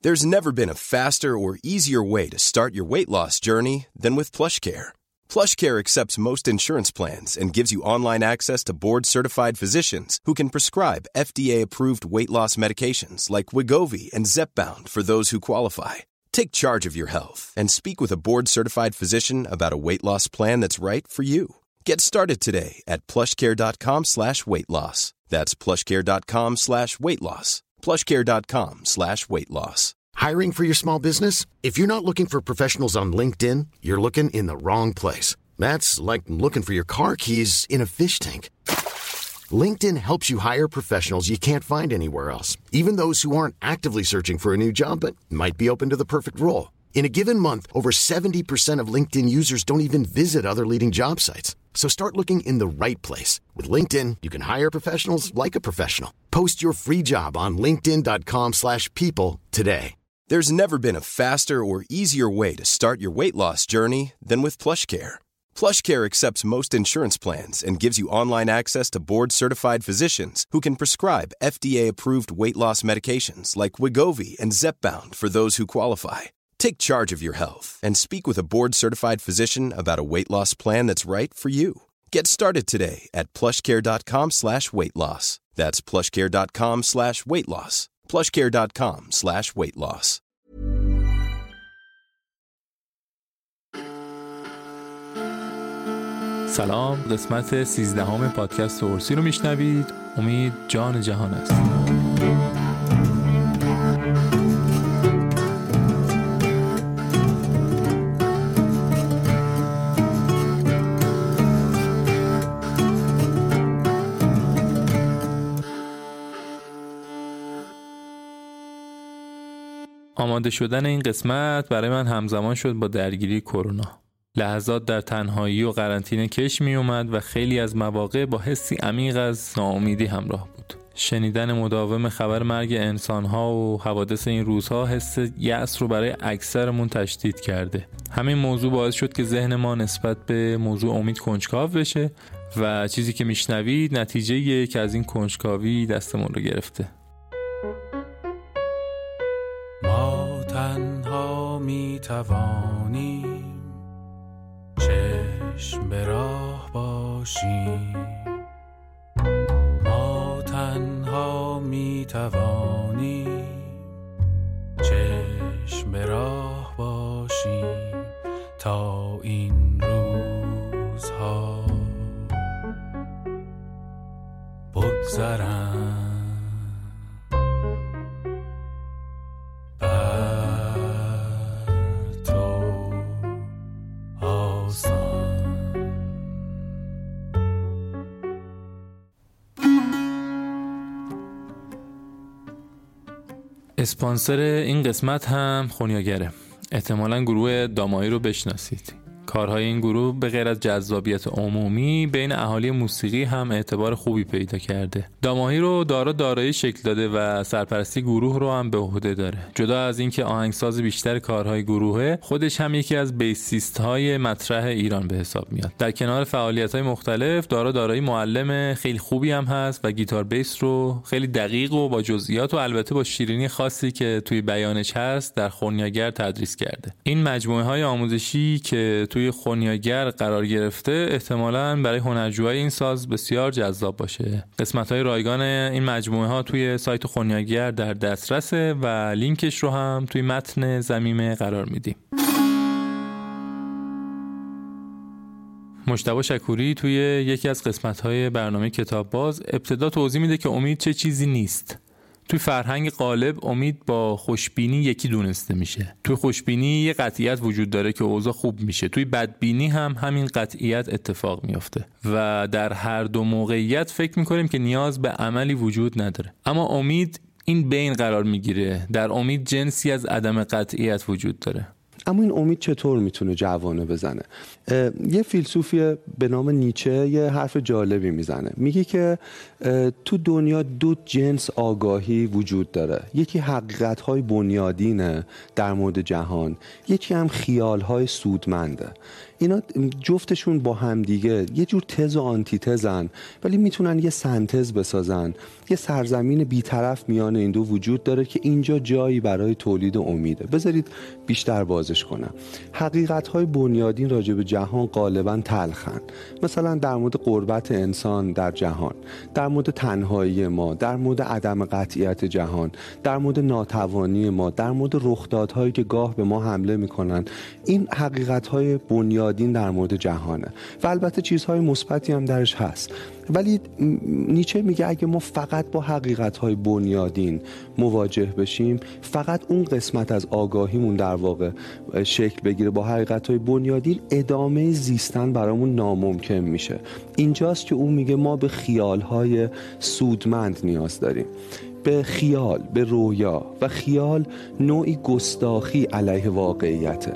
There's never been a faster or easier way to start your weight loss journey than with PlushCare. PlushCare accepts most insurance plans and gives you online access to board-certified physicians who can prescribe FDA-approved weight loss medications like Wegovy and Zepbound for those who qualify. Take charge of your health and speak with a board-certified physician about a weight loss plan that's right for you. Get started today at plushcare.com/weightloss. That's plushcare.com/weightloss. plushcare.com/weightloss. Hiring for your small business? If you're not looking for professionals on LinkedIn, you're looking in the wrong place. That's like looking for your car keys in a fish tank. LinkedIn helps you hire professionals you can't find anywhere else, even those who aren't actively searching for a new job but might be open to the perfect role. In a given month, over 70% of LinkedIn users don't even visit other leading job sites. So start looking in the right place. With LinkedIn, you can hire professionals like a professional. Post your free job on linkedin.com/people today. There's never been a faster or easier way to start your weight loss journey than with PlushCare. PlushCare accepts most insurance plans and gives you online access to board-certified physicians who can prescribe FDA-approved weight loss medications like Wegovy and Zepbound for those who qualify. Take charge of your health and speak with a board-certified physician about a weight loss plan that's right for you. Get started today at plushcare.com/weightloss. That's plushcare.com/weightloss. plushcare.com/weightloss. سلام، قسمت 13 پادکست اورسی رو میشنوید. امید جان جهان است. آماده شدن این قسمت برای من همزمان شد با درگیری کرونا. لحظات در تنهایی و قرنطینه کش می اومد و خیلی از مواقع با حسی عمیق از ناامیدی همراه بود. شنیدن مداوم خبر مرگ انسان‌ها و حوادث این روزها حس یأس رو برای اکثرمون تشدید کرده. همین موضوع باعث شد که ذهن ما نسبت به موضوع امید کنجکاو بشه و چیزی که میشنوید نتیجه که از این کنجکاوی دستمون رو گرفته. ما تنها میتوانیم چشم به راه باشیم، ما تنها میتوانیم چشم به راه باشیم تا این روزها بگذرند. اسپانسر این قسمت هم خونیاگره. احتمالاً گروه داماهی رو بشناسید. کارهای این گروه به غیر از جذابیت عمومی بین اهالی موسیقی هم اعتبار خوبی پیدا کرده. داماهی رو دارایی شکل داده و سرپرستی گروه رو هم به عهده داره. جدا از اینکه آهنگساز بیشتر کارهای گروهه، خودش هم یکی از بیسیست های مطرح ایران به حساب میاد. در کنار فعالیت‌های مختلف، دارایی معلم خیلی خوبی هم هست و گیتار بیس رو خیلی دقیق و با جزئیات و البته با شیرینی خاصی که توی بیانش هست در خونیاگر تدریس کرده. این مجموعه های آموزشی که توی خونیاگر قرار گرفته احتمالاً برای هنرجوهای این ساز بسیار جذاب باشه. قسمت‌های رایگان این مجموعه ها توی سایت خونیاگر در دسترسه و لینکش رو هم توی متن ضمیمه قرار میدیم. مجتبی شکوری توی یکی از قسمت‌های برنامه کتاب باز ابتدا توضیح میده که امید چه چیزی نیست. توی فرهنگ غالب امید با خوشبینی یکی دونسته میشه. توی خوشبینی یه قطعیت وجود داره که اوضاع خوب میشه. توی بدبینی هم همین قطعیت اتفاق میفته و در هر دو موقعیت فکر میکنیم که نیاز به عملی وجود نداره. اما امید این بین قرار میگیره. در امید جنسی از عدم قطعیت وجود داره. اما این امید چطور میتونه جوانه بزنه؟ یه فیلسوفی به نام نیچه یه حرف جالبی میزنه، میگه که تو دنیا دو جنس آگاهی وجود داره، یکی حقیقت‌های بنیادینه در مورد جهان، یکی هم خیال‌های سودمنده. اینا جفتشون با هم دیگه یه جور تز و آنتی تزن، ولی میتونن یه سنتز بسازن. یه سرزمین بی‌طرف میان این دو وجود داره که اینجا جایی برای تولید امیده. بذارید بیشتر بازش کنم. حقیقت‌های بنیادین راجع به جهان غالباً تلخن، مثلا در مورد غربت انسان در جهان، در مورد تنهایی ما، در مورد عدم قطعیت جهان، در مورد ناتوانی ما، در مورد رخدادهایی که گاه به ما حمله میکنن. این حقیقت‌های بنیادین در مورد جهانه و البته چیزهای مثبتی هم درش هست. ولی نیچه میگه اگه ما فقط با حقیقت‌های بنیادین مواجه بشیم، فقط اون قسمت از آگاهیمون در واقع شکل بگیره با حقیقت‌های بنیادین، ادامه زیستن برامون ناممکن میشه. اینجاست که اون میگه ما به خیال‌های سودمند نیاز داریم، به خیال، به رویا، و خیال نوعی گستاخی علیه واقعیته.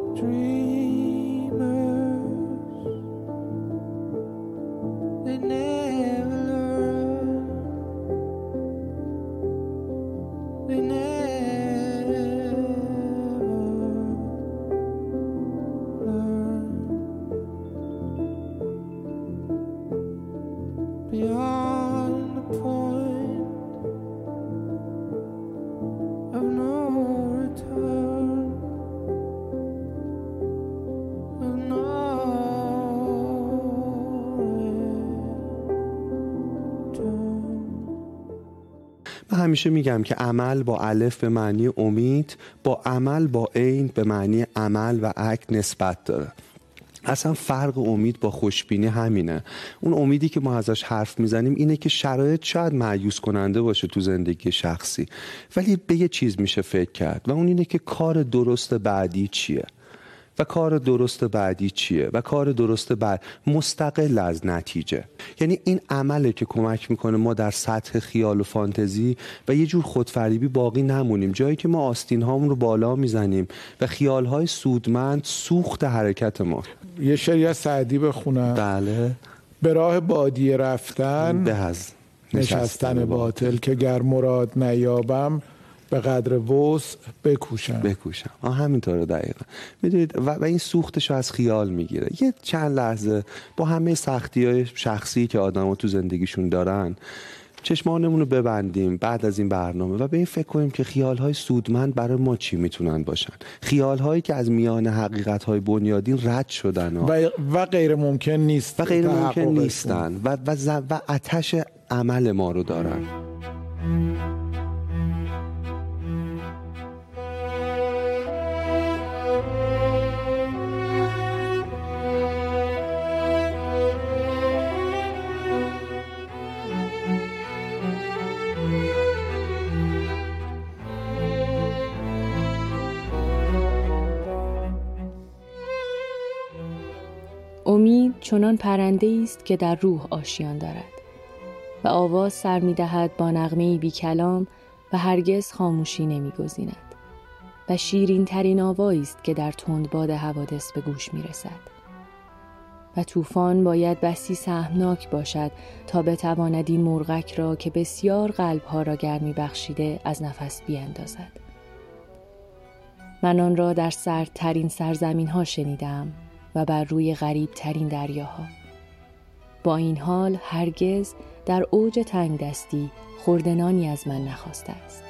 همیشه میگم که عمل با الف به معنی امید، با عمل با عین به معنی عمل و عکس نسبت داره. اصلا فرق امید با خوشبینی همینه. اون امیدی که ما ازش حرف میزنیم اینه که شرایط شاید مایوس کننده باشه تو زندگی شخصی، ولی به یه چیز میشه فکر کرد و اون اینه که کار درست بعدی چیه و کار درست بعدی چیه و کار درست بعد مستقل از نتیجه. یعنی این عمله که کمک میکنه ما در سطح خیال و فانتزی و یه جور خودفریبی باقی نمونیم، جایی که ما آستین هامون رو بالا میزنیم و خیالهای سودمند سوخت حرکت ما. یه شعری از سعدی بخونم. بله. به راه بادیه رفتن به از نشستن باطل، که گر مراد نیابم به قدر وسع بکوشم. همینطوره دقیقا. میدونید و این سوختش رو از خیال میگیره. یه چند لحظه با همه سختی‌های شخصی که آدم‌ها تو زندگیشون دارن چشمانمون رو ببندیم بعد از این برنامه و به این فکر کنیم که خیال‌های سودمند برای ما چی میتونن باشن، خیال‌هایی که از میان حقیقت‌های بنیادین رد شدن و غیر ممکن نیست و غیر ممکن نیستن و آتش عمل ما رو دارن. امید چنان پرنده است که در روح آشیان دارد و آواز سر می دهد با نغمه‌ای بی کلام و هرگز خاموشی نمی گزیند و شیرین ترین آوایی است که در تندباد حوادث به گوش می رسد و طوفان باید بسی سهمناک باشد تا بتواند این مرغک را که بسیار قلبها را گرمی بخشیده از نفس بیاندازد. من آن را در سردترین سرزمین ها شنیدم و بر روی غریب ترین دریاها. با این حال هرگز در اوج تنگ دستی خوردنانی از من نخواسته است.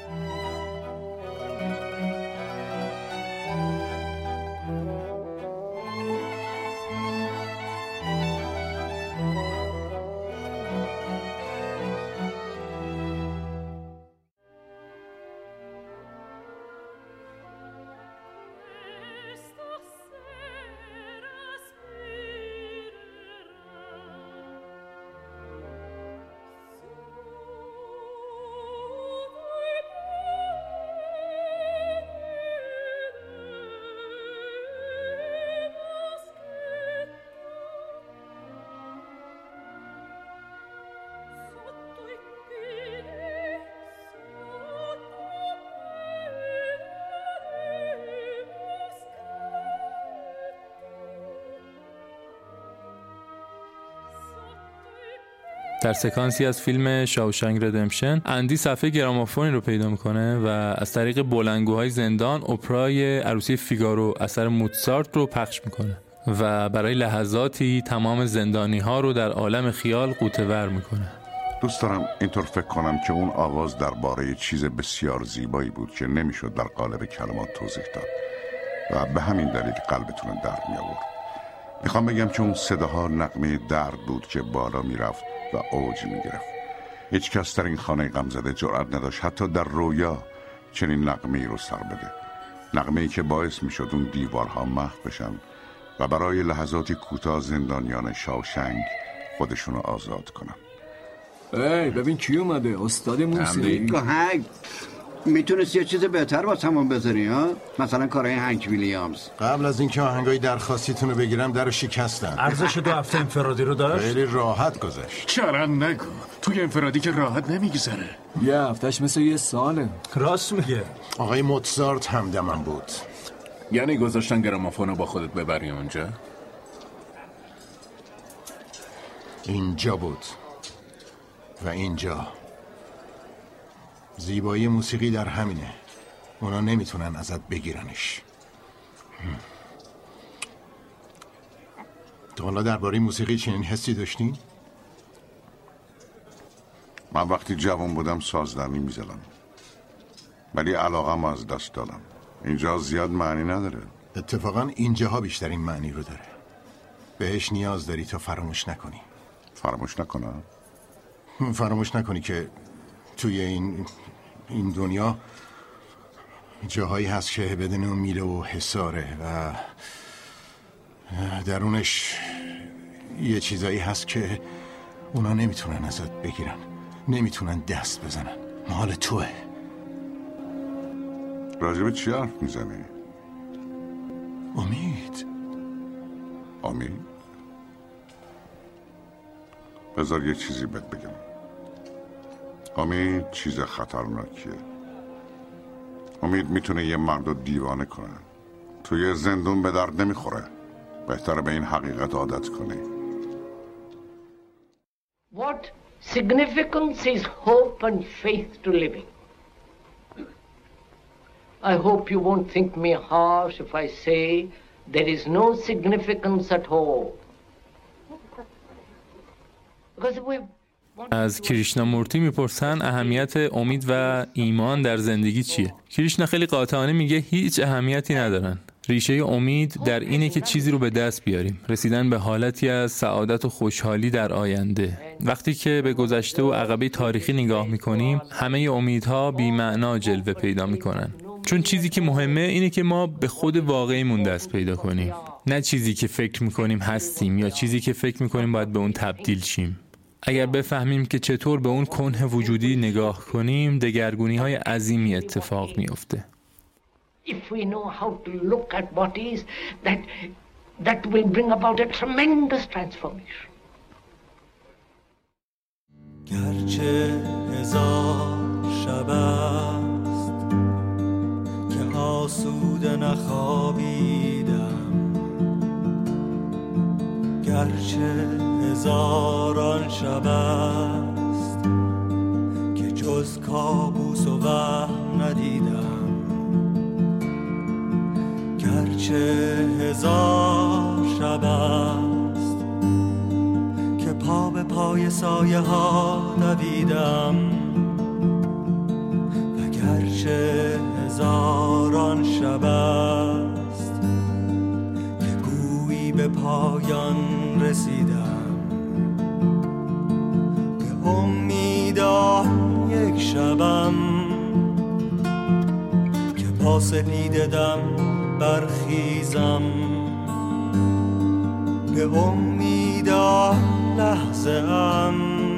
در سکانسی از فیلم شاوشنگ ردمپشن اندی صفحه گرامافونی رو پیدا میکنه و از طریق بلندگوهای زندان اپرای عروسی فیگارو اثر موتسارت رو پخش میکنه و برای لحظاتی تمام زندانی ها رو در عالم خیال غوطه‌ور میکنه. دوست دارم اینطور فکر کنم که اون آواز درباره چیز بسیار زیبایی بود که نمیشد در قالب کلمات توضیح داد و به همین دلیل قلبتون درد می آورد. میخوام بگم که اون صداها نغمه درد بود که بالا میرفت و اوج میگرفت. هیچ کس در این خانه غمزده جرأت نداشت حتی در رویا چنین نغمه‌ای رو سر بده. نغمه‌ای که باعث میشد اون دیوارها محو بشن و برای لحظاتی کوتاه زندانیان شاوشنگ خودشونو آزاد کنن. ببین کی اومده؟ استاد موسیقی. هنگ میتونست یه چیز بهتر واسه همون بذاری ها؟ مثلا کارهای هنگ ویلیامز. قبل از اینکه آهنگای درخواستیتون رو بگیرم درو شکستن. ارزش 2 هفته انفرادی رو داشت؟ خیلی راحت گذشت. چرا نگو توی انفرادی که راحت نمیگذره. یه هفتهش مثل یه ساله. راست میگه. آقای موتزارت همدمم بود. یعنی گذاشتن گرامافونو با خودت ببری اونجا؟ اینجا بود و اینجا. زیبایی موسیقی در همینه. اونا نمیتونن ازت بگیرنش. تو حالا درباره موسیقی چنین حسی داشتین؟ من وقتی جوان بودم سازدرنی میزدم ولی علاقم از دست دادم. اینجا زیاد معنی نداره. اتفاقا اینجاها بیشترین معنی رو داره. بهش نیاز داری تا فراموش نکنی. فراموش نکنم؟ فراموش نکنی که توی این دنیا جاهایی هست که بدون میله و حصاره و درونش یه چیزایی هست که اونا نمیتونن ازت بگیرن، نمیتونن دست بزنن. مال توه. راجب چی حرف میزنی؟ امید. امید؟ بذار یه چیزی بهت بگم. امید چیز خطرناکیه. امید میتونه یه مرد رو دیوانه کنه. توی زندون به درد نمیخوره. بهتره به این حقیقت عادت کنی. What significance is hope and faith to living? I hope you won't think me harsh if I say there is no significance at all. Because we've از کریشنامورتی میپرسن اهمیت امید و ایمان در زندگی چیه؟ کریشنا خیلی قاطعانه میگه هیچ اهمیتی ندارن. ریشه امید در اینه که چیزی رو به دست بیاریم، رسیدن به حالتی از سعادت و خوشحالی در آینده. وقتی که به گذشته و عقبه تاریخی نگاه میکنیم، همه امیدها بی‌معنا جلوه پیدا میکنن. چون چیزی که مهمه اینه که ما به خود واقعیمون دست پیدا کنیم، نه چیزی که فکر میکنیم هستیم یا چیزی که فکر میکنیم باید به اون تبدیل شیم. اگر بفهمیم که چطور به اون کنه وجودی نگاه کنیم، دگرگونی‌های عظیمی اتفاق میفته. If we know how to look at what is, that will bring about a tremendous transformation. گرچه هزار شب است که آسوده نخوابیدم، گرچه هزاران شب است که جز کابوس و وهم ندیدم، گرچه هزار شب است که پا به پای سایه ها دویدم، و گرچه هزاران شب است که گویی به پایان رسیدم، به امیدا یک شبم که با سپید دم برخیزم، به امیدا لحظه ام.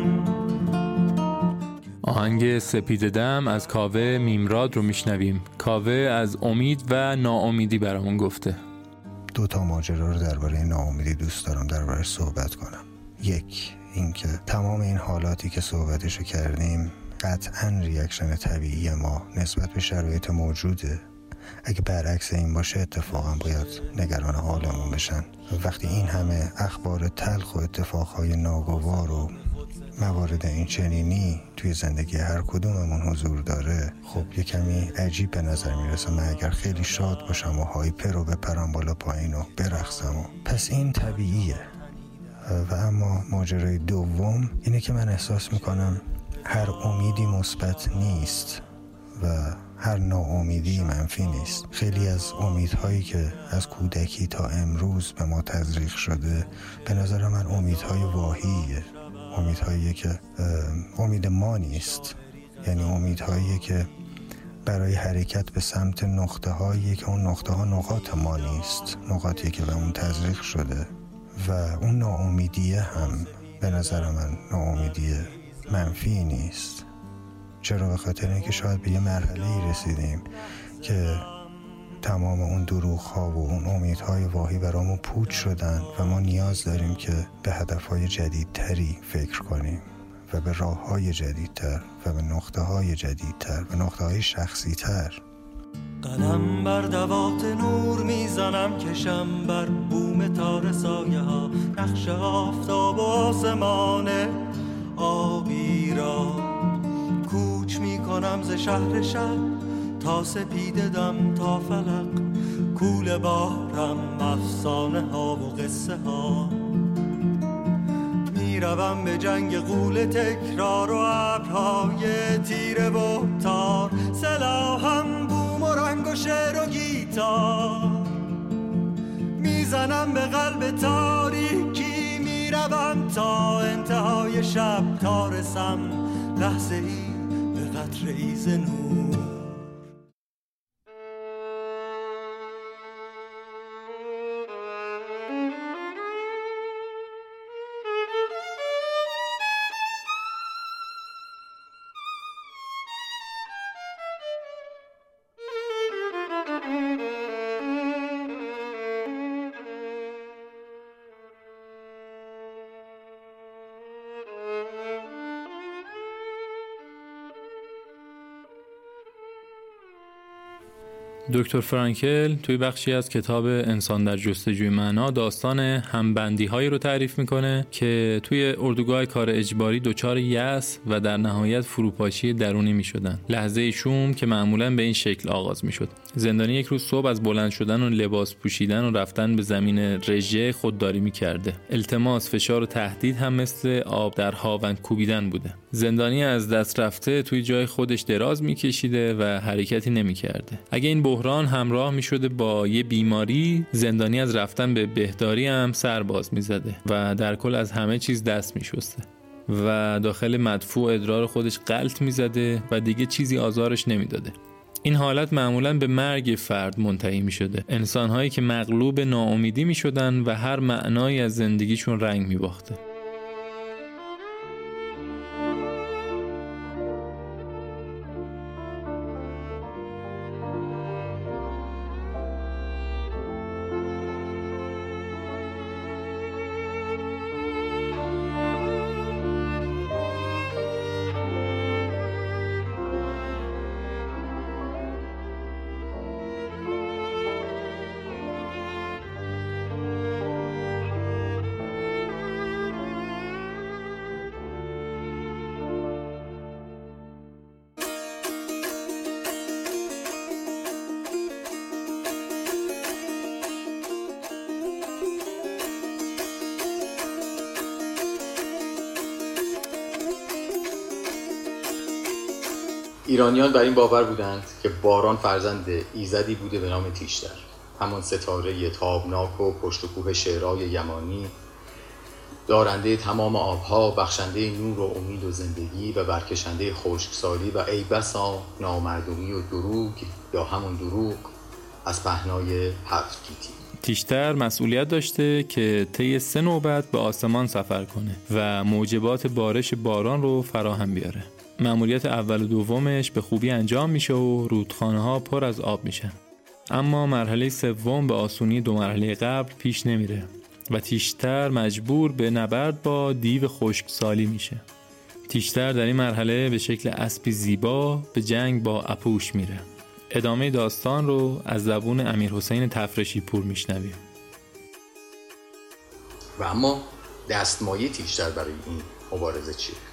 آهنگ سپید دم از کاوه میمراد رو میشنویم. کاوه از امید و ناامیدی برامون گفته. 2 ماجرا رو درباره ناامیدی دوست دارم درباره‌اش صحبت کنم. یک، اینکه تمام این حالاتی که صحبتشو کردیم قطعاً ریاکشن طبیعی ما نسبت به شرایط موجوده. اگه برعکس این باشه اتفاقا باید نگران حالمون بشن. وقتی این همه اخبار تلخ و اتفاقهای ناگوار رو موارد این چنینی توی زندگی هر کدوممون حضور داره، خب یه کمی عجیب به نظر میرسه. من اگر خیلی شاد باشم و هایپر رو بپرم بالا پایین و برقصم پس این طبیعیه. و اما ماجرای دوم اینه که من احساس میکنم هر امیدی مثبت نیست و هر ناامیدی منفی نیست. خیلی از امیدهایی که از کودکی تا امروز به ما تزریق شده به نظر من امیدهای واهیه، امیدهایی که امید ما نیست، یعنی امیدهایی که برای حرکت به سمت نقطه هایی که اون نقطه ها نقاط ما نیست، نقاطی که به اون تزریق شده. و اون ناامیدیه هم به نظر من ناامیدی منفی نیست. چرا؟ به خاطر اینکه شاید به یه مرحله‌ای رسیدیم که تمام اون دروغ‌ها و اون امیدهای واهی برامون پوچ شدن و ما نیاز داریم که به هدف‌های جدیدتری فکر کنیم و به راه‌های جدیدتر و به نقطه‌های جدیدتر و نقطه‌های شخصی‌تر. قلم بر دوات نور میزنم، کشم بر بوم تار سایه ها، نقش آفتاب و آسمان آبی را کوچ میکنم ز شهر شب تا سپیده دم تا فلق، کوله بارم افسانه ها و قصه ها، میروم به جنگ غول تکرار و ابرهای تیره و تار، سلاحم بوم و رنگ و شعر و گیتار، میزنم به قلب تاریکی، میروم تا انتهای شب تا رسم لحظه ای به قطره ای ز نور. دکتر فرانکل توی بخشی از کتاب انسان در جستجوی معنا داستان همبندی هایی رو تعریف میکنه که توی اردوگاه کار اجباری دچار یأس و در نهایت فروپاشی درونی میشدن. لحظه شوم که معمولاً به این شکل آغاز میشد: زندانی یک روز صبح از بلند شدن و لباس پوشیدن و رفتن به زمین رژه خودداری میکرده. التماس، فشار و تهدید هم مثل آب در هاون کوبیدن بوده. زندانی از دست رفته توی جای خودش دراز میکشیده و حرکتی نمیکرده. اگه این بحران همراه میشده با یه بیماری، زندانی از رفتن به بهداری هم سر باز میزده و در کل از همه چیز دست میشسته و داخل مدفوع ادرار خودش غلط میزده و دیگه چیزی آزارش نمیداده. این حالت معمولاً به مرگ فرد منتهی میشده. انسان‌هایی که مغلوب ناامیدی میشدن و هر معنایی از زندگیشون رنگ میباخته. ایرانیان بر این باور بودند که باران فرزند ایزدی بوده به نام تیشتر، همان ستاره تابناک و پشت و کوه شعرهای یمانی، دارنده تمام آبها، بخشنده نور و امید و زندگی و برکشنده خشکسالی و ای بسا نامردمی و دروغ یا همون دروغ از پهنای 7 گیتی. تیشتر مسئولیت داشته که طی 3 نوبت به آسمان سفر کنه و موجبات بارش باران رو فراهم بیاره. مأموریت اول و دومش به خوبی انجام میشه و رودخانه‌ها پر از آب میشن. اما مرحله سوم به آسونی 2 مرحله قبل پیش نمیره و تیشتر مجبور به نبرد با دیو خشکسالی میشه. تیشتر در این مرحله به شکل اسبی زیبا به جنگ با اپوش میره. ادامه داستان رو از زبون امیرحسین تفرشی پور میشنویم. و اما دستمایه تیشتر برای این مبارزه چیه؟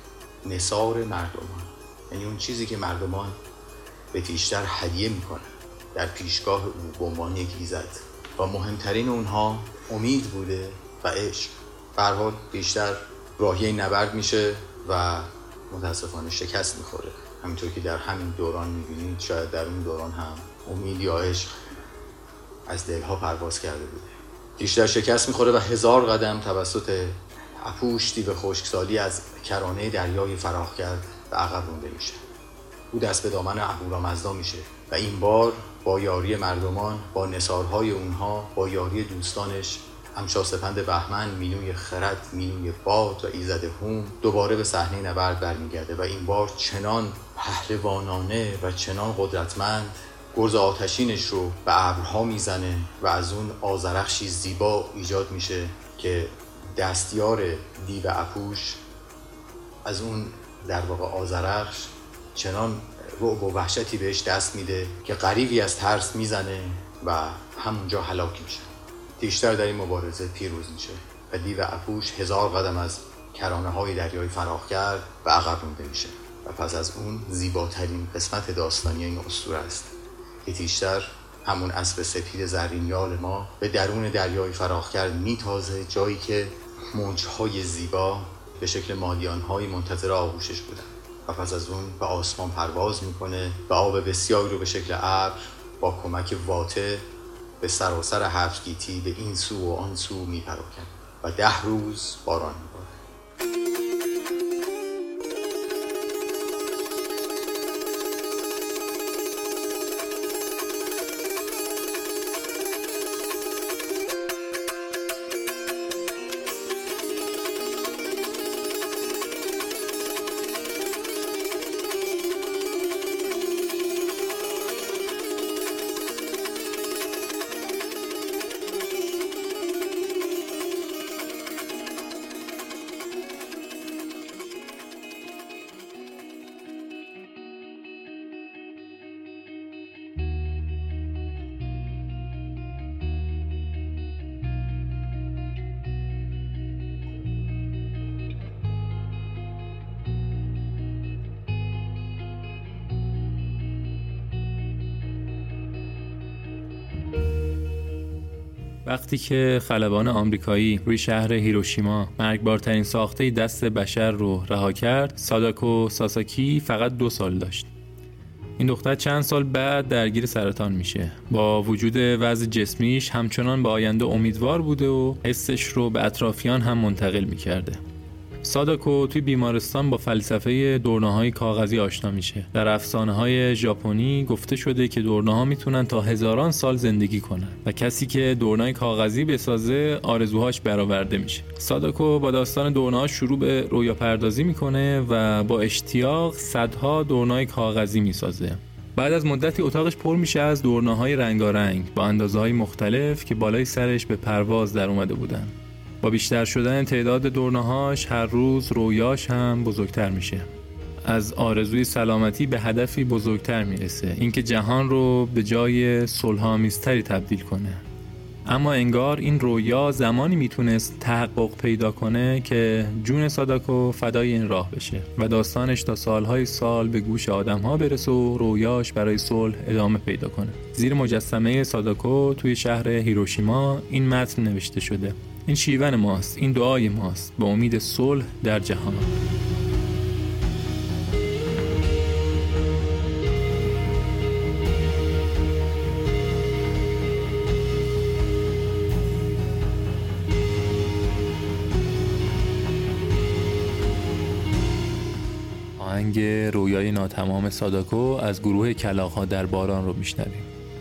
نثار مردمان، یعنی اون چیزی که مردمان به تیشتر هدیه میکنن در پیشگاه او به عنوان یک ایزد و مهمترین اونها امید بوده و عشق. به هر حال بیشتر راهی نبرد میشه و متاسفانه شکست میخوره، همینطور که در همین دوران میبینید. شاید در اون دوران هم امید یا عشق از دلها پرواز کرده بوده. بیشتر شکست میخوره و 1000 قدم توسط اپوش دیو خشکسالی از کرانه دریای فراخکرد به عقب رونده میشه. او دست به دامن اهورامزدا میشه و این بار با یاری مردمان، با نثارهای اونها، با یاری دوستانش همشاسپند بهمن، مینوی خرد، مینوی باد و ایزد هوم دوباره به صحنه نبرد برمیگرده و این بار چنان پهلوانانه و چنان قدرتمند گرز آتشینش رو به ابرها میزنه و از اون آذرخشی زیبا ایجاد میشه که دستیار دیو اپوش از اون در واقع آذرخش چنان رعب و وحشتی بهش دست میده که غریوی از ترس میزنه و همونجا هلاک میشه. تیشتر در این مبارزه پیروز میشه و دیو اپوش 1000 قدم از کرانه های دریای فراخکرد و عقب رونده میشه و پس از اون زیباترین قسمت داستانی این اسطوره است که تیشتر همون اسب سپید زرینیال ما به درون دریای فراخکرد میتازه، جایی که موجهای زیبا به شکل مادیان‌های منتظر آغوشش بودن و پس از اون به آسمان پرواز میکنه و آب بسیاری رو به شکل ابر با کمک واته به سراسر 7 گیتی به این سو و آن سو میپراکنه و 10 روز باران میباره. وقتی که خلبان آمریکایی روی شهر هیروشیما مرگبارترین ساخته دست بشر رو رها کرد، ساداکو ساساکی فقط 2 سال داشت. این دختر چند سال بعد درگیر سرطان میشه. با وجود وضع جسمیش همچنان به آینده امیدوار بوده و حسش رو به اطرافیان هم منتقل میکرده. ساداکو توی بیمارستان با فلسفه دورنه‌های کاغذی آشنا میشه. در افسانه‌های ژاپنی گفته شده که دورنه‌ها میتونن تا هزاران سال زندگی کنن و کسی که دورنه‌ی کاغذی بسازه آرزوهاش برآورده میشه. ساداکو با داستان دورنه‌ها شروع به رویا پردازی میکنه و با اشتیاق صدها دورنه‌ی کاغذی میسازه. بعد از مدتی اتاقش پر میشه از دورنه‌های رنگارنگ با اندازه‌های مختلف که بالای سرش به پرواز در اومده بودن. با بیشتر شدن تعداد دورنه‌هاش هر روز رویاش هم بزرگتر میشه. از آرزوی سلامتی به هدفی بزرگتر میرسه، اینکه جهان رو به جای صلح‌آمیزتری تبدیل کنه. اما انگار این رویا زمانی میتونست تحقق پیدا کنه که جون ساداکو فدای این راه بشه و داستانش تا سالهای سال به گوش آدم‌ها برسه و رویاش برای صلح ادامه پیدا کنه. زیر مجسمه ساداکو توی شهر هیروشیما این متن نوشته شده: این شیون ماست، این دعای ماست، به امید صلح در جهان. آهنگ رویای ناتمام ساداکو از گروه کلاغ‌ها در باران رو میشنویم.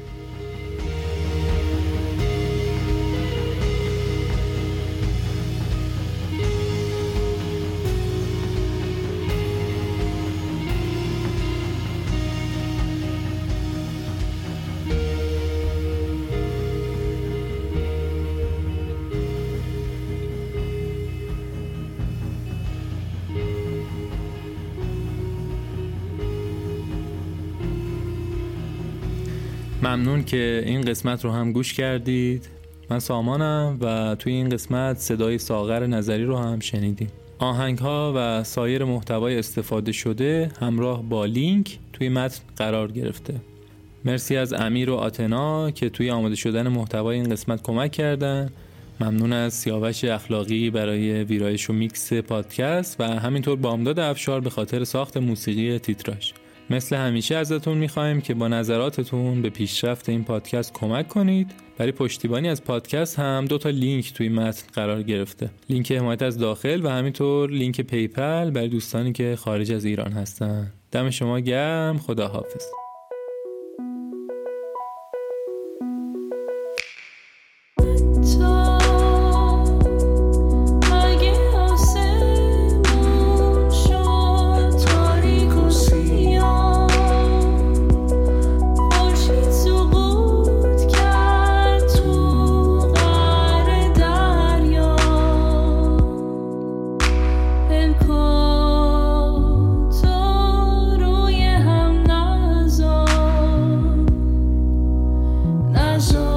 ممنون که این قسمت رو هم گوش کردید. من سامانم و توی این قسمت صدای ساغر نظری رو هم شنیدیم. آهنگ‌ها و سایر محتوای استفاده شده همراه با لینک توی متن قرار گرفته. مرسی از امیر و آتنا که توی آماده شدن محتوای این قسمت کمک کردن. ممنون از سیاوش اخلاقی برای ویرایش و میکس پادکست و همینطور بامداد افشار به خاطر ساخت موسیقی تیتراژ. مثل همیشه ازتون میخوایم که با نظراتتون به پیشرفت این پادکست کمک کنید. برای پشتیبانی از پادکست هم 2 لینک توی متن قرار گرفته. لینک حمایت از داخل و همینطور لینک پیپل برای دوستانی که خارج از ایران هستن. دم شما گرم. خداحافظ. So